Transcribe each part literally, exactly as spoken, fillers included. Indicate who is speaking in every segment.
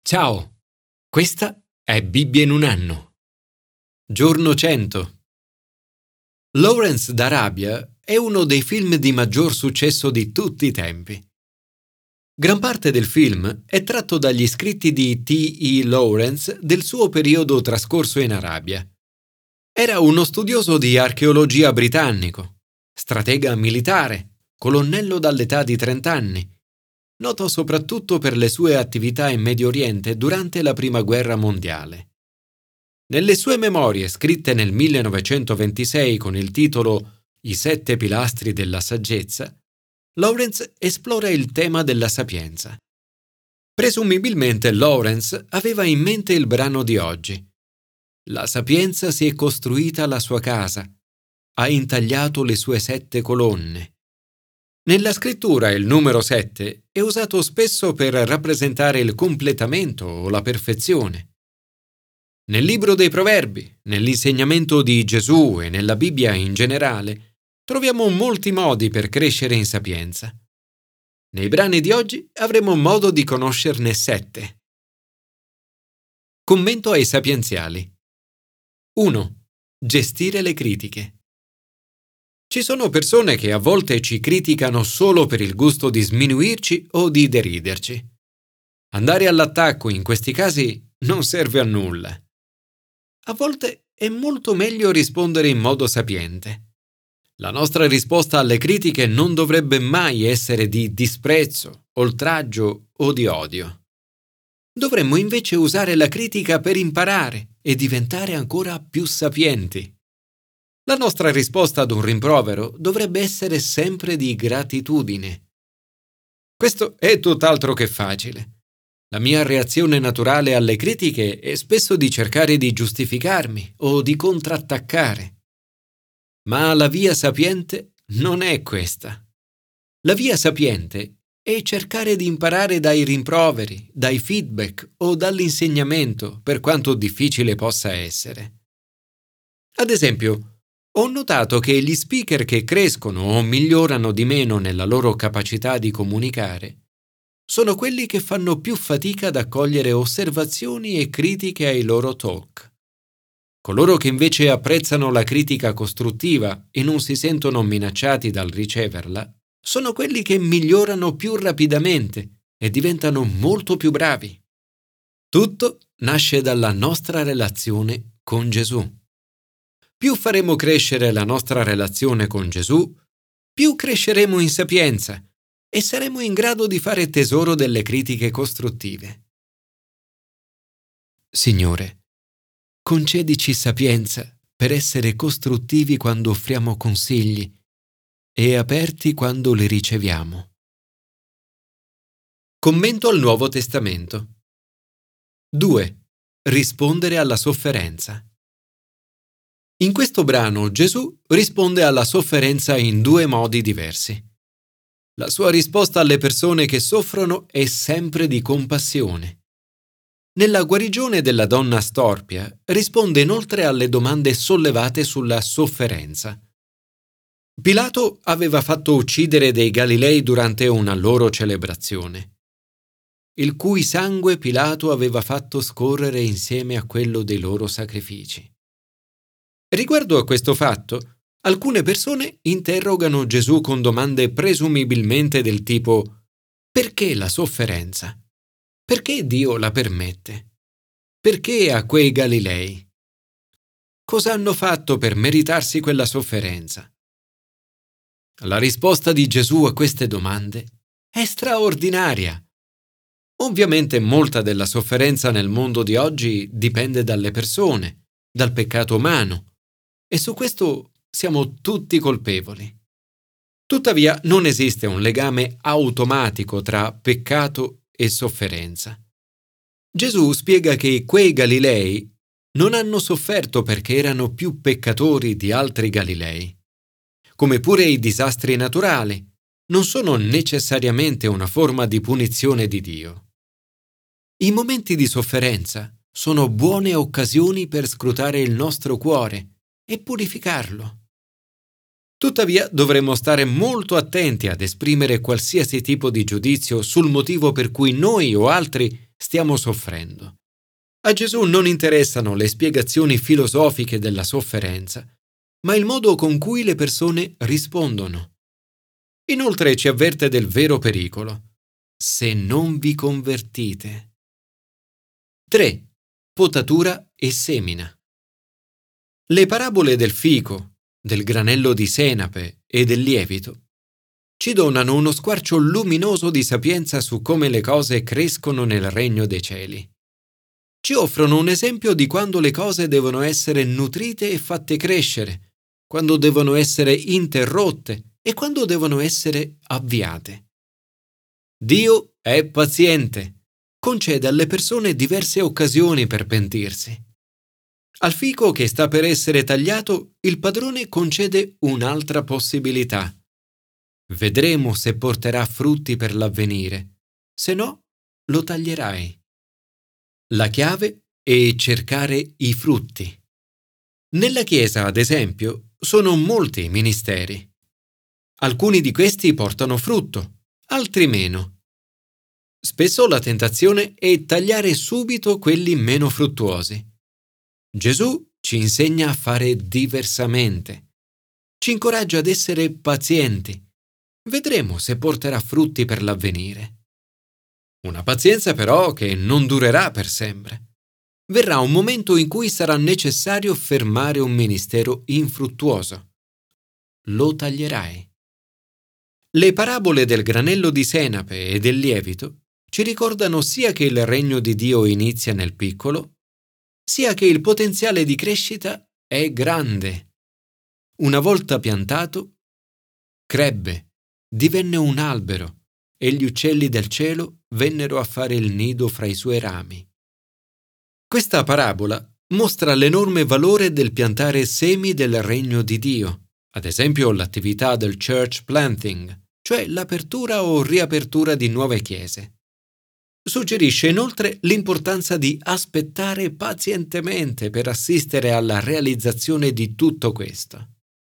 Speaker 1: Ciao, questa è Bibbia in un anno. Giorno cento. Lawrence d'Arabia è uno dei film di maggior successo di tutti i tempi. Gran parte del film è tratto dagli scritti di T E Lawrence del suo periodo trascorso in Arabia. Era uno studioso di archeologia britannico, stratega militare, colonnello dall'età di trenta anni, noto soprattutto per le sue attività in Medio Oriente durante la Prima Guerra Mondiale. Nelle sue memorie, scritte nel millenovecentoventisei con il titolo I sette pilastri della saggezza, Lawrence esplora il tema della sapienza. Presumibilmente Lawrence aveva in mente il brano di oggi. La sapienza si è costruita la sua casa, ha intagliato le sue sette colonne. Nella scrittura il numero sette è usato spesso per rappresentare il completamento o la perfezione. Nel libro dei Proverbi, nell'insegnamento di Gesù e nella Bibbia in generale, troviamo molti modi per crescere in sapienza. Nei brani di oggi avremo modo di conoscerne sette. Commento ai sapienziali. uno. Gestire le critiche. Ci sono persone che a volte ci criticano solo per il gusto di sminuirci o di deriderci. Andare all'attacco in questi casi non serve a nulla. A volte è molto meglio rispondere in modo sapiente. La nostra risposta alle critiche non dovrebbe mai essere di disprezzo, oltraggio o di odio. Dovremmo invece usare la critica per imparare e diventare ancora più sapienti. La nostra risposta ad un rimprovero dovrebbe essere sempre di gratitudine. Questo è tutt'altro che facile. La mia reazione naturale alle critiche è spesso di cercare di giustificarmi o di contrattaccare. Ma la via sapiente non è questa. La via sapiente è cercare di imparare dai rimproveri, dai feedback o dall'insegnamento, per quanto difficile possa essere. Ad esempio, ho notato che gli speaker che crescono o migliorano di meno nella loro capacità di comunicare sono quelli che fanno più fatica ad accogliere osservazioni e critiche ai loro talk. Coloro che invece apprezzano la critica costruttiva e non si sentono minacciati dal riceverla sono quelli che migliorano più rapidamente e diventano molto più bravi. Tutto nasce dalla nostra relazione con Gesù. Più faremo crescere la nostra relazione con Gesù, più cresceremo in sapienza e saremo in grado di fare tesoro delle critiche costruttive. Signore, concedici sapienza per essere costruttivi quando offriamo consigli e aperti quando li riceviamo. Commento al Nuovo Testamento. due. Rispondere alla sofferenza. In questo brano Gesù risponde alla sofferenza in due modi diversi. La sua risposta alle persone che soffrono è sempre di compassione. Nella guarigione della donna storpia risponde inoltre alle domande sollevate sulla sofferenza. Pilato aveva fatto uccidere dei Galilei durante una loro celebrazione, il cui sangue Pilato aveva fatto scorrere insieme a quello dei loro sacrifici. Riguardo a questo fatto, alcune persone interrogano Gesù con domande presumibilmente del tipo: perché la sofferenza? Perché Dio la permette? Perché a quei Galilei? Cosa hanno fatto per meritarsi quella sofferenza? La risposta di Gesù a queste domande è straordinaria. Ovviamente molta della sofferenza nel mondo di oggi dipende dalle persone, dal peccato umano, e su questo siamo tutti colpevoli. Tuttavia non esiste un legame automatico tra peccato e sofferenza. Gesù spiega che quei Galilei non hanno sofferto perché erano più peccatori di altri Galilei. Come pure i disastri naturali non sono necessariamente una forma di punizione di Dio. I momenti di sofferenza sono buone occasioni per scrutare il nostro cuore e purificarlo. Tuttavia dovremmo stare molto attenti ad esprimere qualsiasi tipo di giudizio sul motivo per cui noi o altri stiamo soffrendo. A Gesù non interessano le spiegazioni filosofiche della sofferenza, ma il modo con cui le persone rispondono. Inoltre ci avverte del vero pericolo: se non vi convertite. tre. Potatura e semina. Le parabole del fico, del granello di senape e del lievito ci donano uno squarcio luminoso di sapienza su come le cose crescono nel regno dei cieli. Ci offrono un esempio di quando le cose devono essere nutrite e fatte crescere, quando devono essere interrotte e quando devono essere avviate. Dio è paziente, concede alle persone diverse occasioni per pentirsi. Al fico che sta per essere tagliato, il padrone concede un'altra possibilità. Vedremo se porterà frutti per l'avvenire, se no lo taglierai. La chiave è cercare i frutti. Nella Chiesa, ad esempio, sono molti i ministeri. Alcuni di questi portano frutto, altri meno. Spesso la tentazione è tagliare subito quelli meno fruttuosi. Gesù ci insegna a fare diversamente. Ci incoraggia ad essere pazienti. Vedremo se porterà frutti per l'avvenire. Una pazienza però che non durerà per sempre. Verrà un momento in cui sarà necessario fermare un ministero infruttuoso. Lo taglierai. Le parabole del granello di senape e del lievito ci ricordano sia che il regno di Dio inizia nel piccolo, sia che il potenziale di crescita è grande. Una volta piantato, crebbe, divenne un albero e gli uccelli del cielo vennero a fare il nido fra i suoi rami. Questa parabola mostra l'enorme valore del piantare semi del regno di Dio, ad esempio l'attività del church planting, cioè l'apertura o riapertura di nuove chiese. Suggerisce inoltre l'importanza di aspettare pazientemente per assistere alla realizzazione di tutto questo.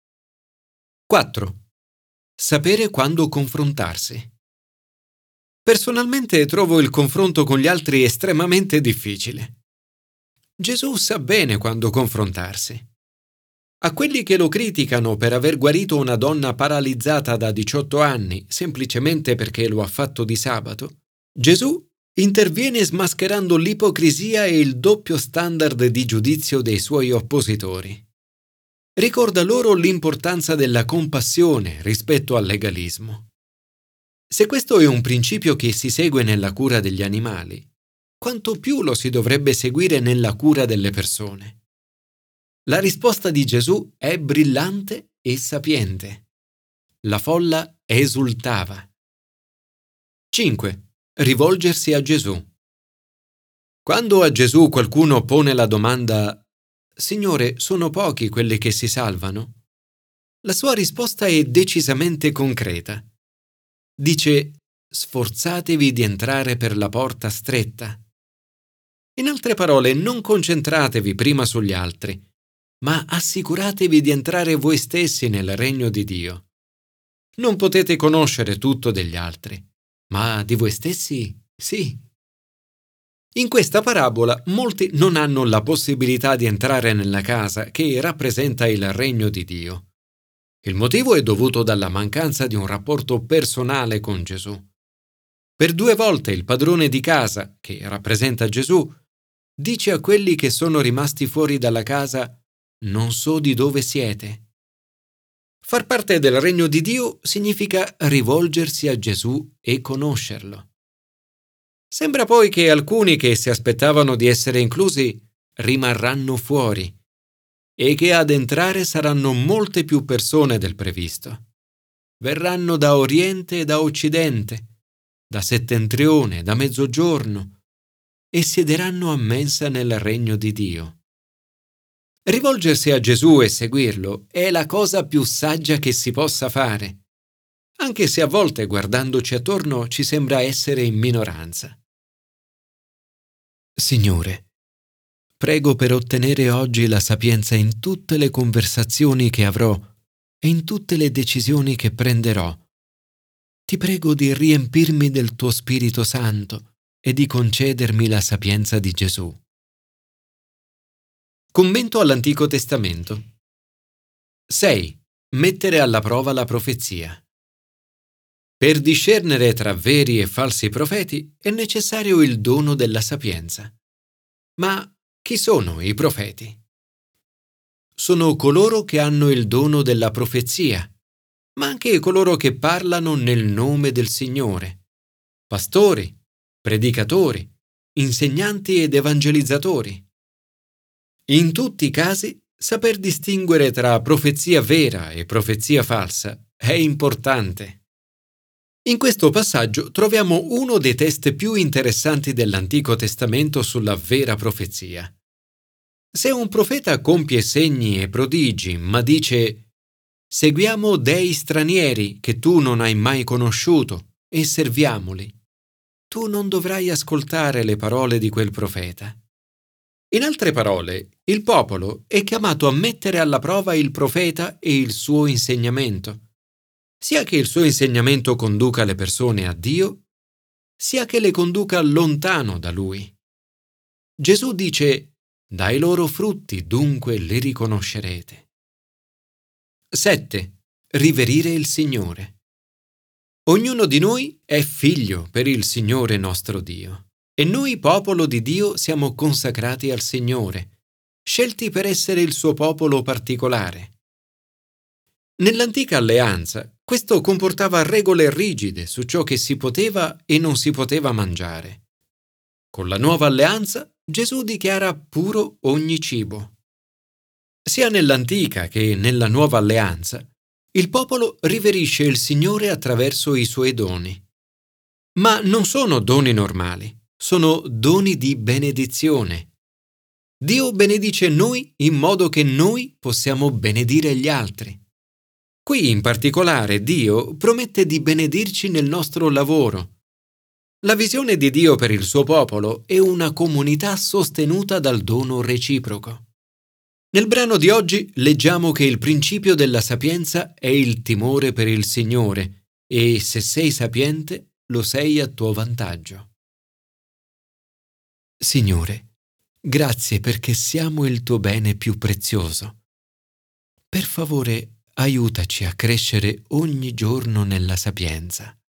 Speaker 1: quattro. Sapere quando confrontarsi. Personalmente trovo il confronto con gli altri estremamente difficile. Gesù sa bene quando confrontarsi. A quelli che lo criticano per aver guarito una donna paralizzata da diciotto anni semplicemente perché lo ha fatto di sabato, Gesù interviene smascherando l'ipocrisia e il doppio standard di giudizio dei suoi oppositori. Ricorda loro l'importanza della compassione rispetto al legalismo. Se questo è un principio che si segue nella cura degli animali, quanto più lo si dovrebbe seguire nella cura delle persone. La risposta di Gesù è brillante e sapiente. La folla esultava. cinque. Rivolgersi a Gesù. Quando a Gesù qualcuno pone la domanda «Signore, sono pochi quelli che si salvano?», la sua risposta è decisamente concreta. Dice «Sforzatevi di entrare per la porta stretta». In altre parole, non concentratevi prima sugli altri, ma assicuratevi di entrare voi stessi nel regno di Dio. Non potete conoscere tutto degli altri, ma di voi stessi sì. In questa parabola molti non hanno la possibilità di entrare nella casa che rappresenta il regno di Dio. Il motivo è dovuto dalla mancanza di un rapporto personale con Gesù. Per due volte il padrone di casa, che rappresenta Gesù, dice a quelli che sono rimasti fuori dalla casa: «Non so di dove siete». Far parte del regno di Dio significa rivolgersi a Gesù e conoscerlo. Sembra poi che alcuni che si aspettavano di essere inclusi rimarranno fuori e che ad entrare saranno molte più persone del previsto. Verranno da oriente e da occidente, da settentrione, da mezzogiorno, e siederanno a mensa nel regno di Dio. Rivolgersi a Gesù e seguirlo è la cosa più saggia che si possa fare, anche se a volte guardandoci attorno ci sembra essere in minoranza. Signore, prego per ottenere oggi la sapienza in tutte le conversazioni che avrò e in tutte le decisioni che prenderò. Ti prego di riempirmi del tuo Spirito Santo e di concedermi la sapienza di Gesù. Commento all'Antico Testamento. sei. Mettere alla prova la profezia. Per discernere tra veri e falsi profeti è necessario il dono della sapienza. Ma chi sono i profeti? Sono coloro che hanno il dono della profezia, ma anche coloro che parlano nel nome del Signore, pastori, predicatori, insegnanti ed evangelizzatori. In tutti i casi, saper distinguere tra profezia vera e profezia falsa è importante. In questo passaggio troviamo uno dei testi più interessanti dell'Antico Testamento sulla vera profezia. Se un profeta compie segni e prodigi, ma dice «Seguiamo dei stranieri che tu non hai mai conosciuto e serviamoli», tu non dovrai ascoltare le parole di quel profeta. In altre parole, il popolo è chiamato a mettere alla prova il profeta e il suo insegnamento, sia che il suo insegnamento conduca le persone a Dio, sia che le conduca lontano da Lui. Gesù dice: «Dai loro frutti dunque li riconoscerete». sette. Riverire il Signore. Ognuno di noi è figlio per il Signore nostro Dio, e noi, popolo di Dio, siamo consacrati al Signore, scelti per essere il suo popolo particolare. Nell'antica alleanza, questo comportava regole rigide su ciò che si poteva e non si poteva mangiare. Con la nuova alleanza, Gesù dichiara puro ogni cibo. Sia nell'antica che nella nuova alleanza, il popolo riverisce il Signore attraverso i suoi doni. Ma non sono doni normali, sono doni di benedizione. Dio benedice noi in modo che noi possiamo benedire gli altri. Qui in particolare Dio promette di benedirci nel nostro lavoro. La visione di Dio per il suo popolo è una comunità sostenuta dal dono reciproco. Nel brano di oggi leggiamo che il principio della sapienza è il timore per il Signore e se sei sapiente lo sei a tuo vantaggio. Signore, grazie perché siamo il tuo bene più prezioso. Per favore, aiutaci a crescere ogni giorno nella sapienza.